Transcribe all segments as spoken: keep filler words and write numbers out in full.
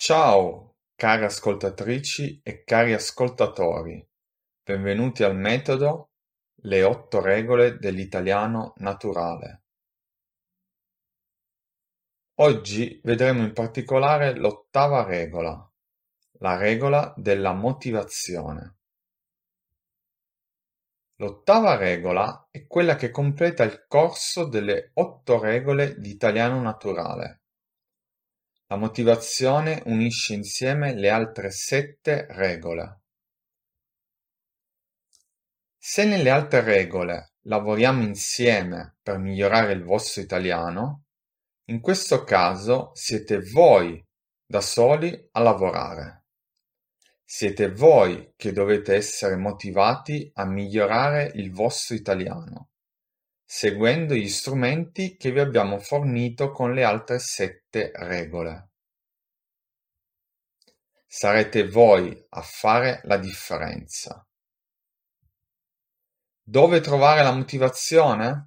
Ciao, care ascoltatrici e cari ascoltatori, benvenuti al metodo Le otto regole dell'italiano naturale. Oggi vedremo in particolare l'ottava regola, la regola della motivazione. L'ottava regola è quella che completa il corso delle otto regole di italiano naturale. La motivazione unisce insieme le altre sette regole. Se nelle altre regole lavoriamo insieme per migliorare il vostro italiano, in questo caso siete voi da soli a lavorare. Siete voi che dovete essere motivati a migliorare il vostro italiano, seguendo gli strumenti che vi abbiamo fornito con le altre sette regole. Sarete voi a fare la differenza. Dove trovare la motivazione?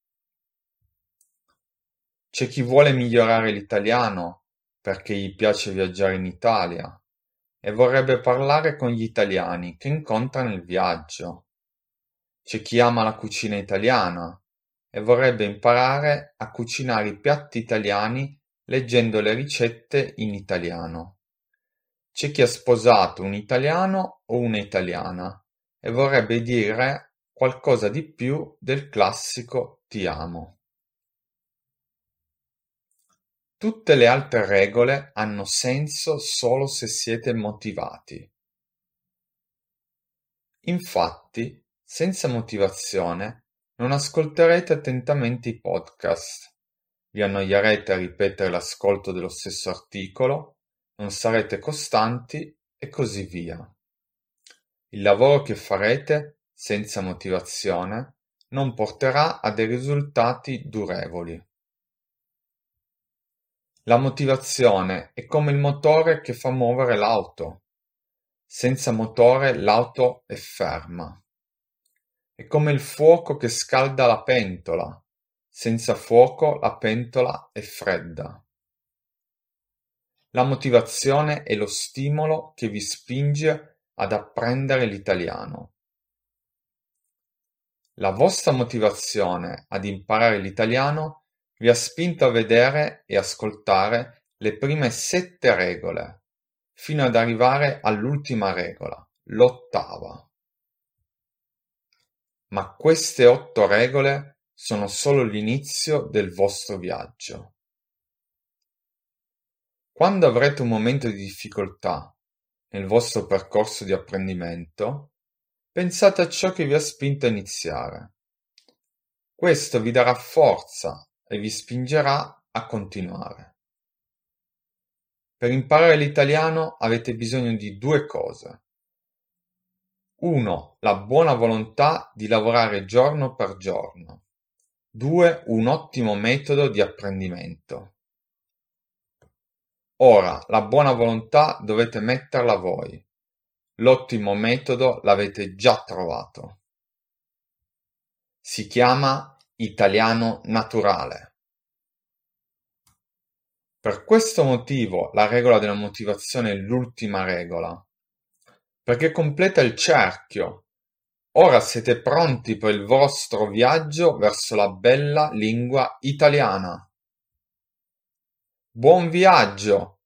C'è chi vuole migliorare l'italiano perché gli piace viaggiare in Italia e vorrebbe parlare con gli italiani che incontra nel viaggio. C'è chi ama la cucina italiana e vorrebbe imparare a cucinare i piatti italiani leggendo le ricette in italiano. C'è chi ha sposato un italiano o una italiana e vorrebbe dire qualcosa di più del classico ti amo. Tutte le altre regole hanno senso solo se siete motivati. Infatti, senza motivazione non ascolterete attentamente i podcast, vi annoierete a ripetere l'ascolto dello stesso articolo, non sarete costanti e così via. Il lavoro che farete senza motivazione non porterà a dei risultati durevoli. La motivazione è come il motore che fa muovere l'auto. Senza motore l'auto è ferma. È come il fuoco che scalda la pentola. Senza fuoco la pentola è fredda. La motivazione è lo stimolo che vi spinge ad apprendere l'italiano. La vostra motivazione ad imparare l'italiano vi ha spinto a vedere e ascoltare le prime sette regole, fino ad arrivare all'ultima regola, l'ottava. Ma queste otto regole sono solo l'inizio del vostro viaggio. Quando avrete un momento di difficoltà nel vostro percorso di apprendimento, pensate a ciò che vi ha spinto a iniziare. Questo vi darà forza e vi spingerà a continuare. Per imparare l'italiano avete bisogno di due cose. uno. La buona volontà di lavorare giorno per giorno. due. Un ottimo metodo di apprendimento. Ora, la buona volontà dovete metterla voi. L'ottimo metodo l'avete già trovato. Si chiama italiano naturale. Per questo motivo la regola della motivazione è l'ultima regola, perché completa il cerchio. Ora siete pronti per il vostro viaggio verso la bella lingua italiana. Buon viaggio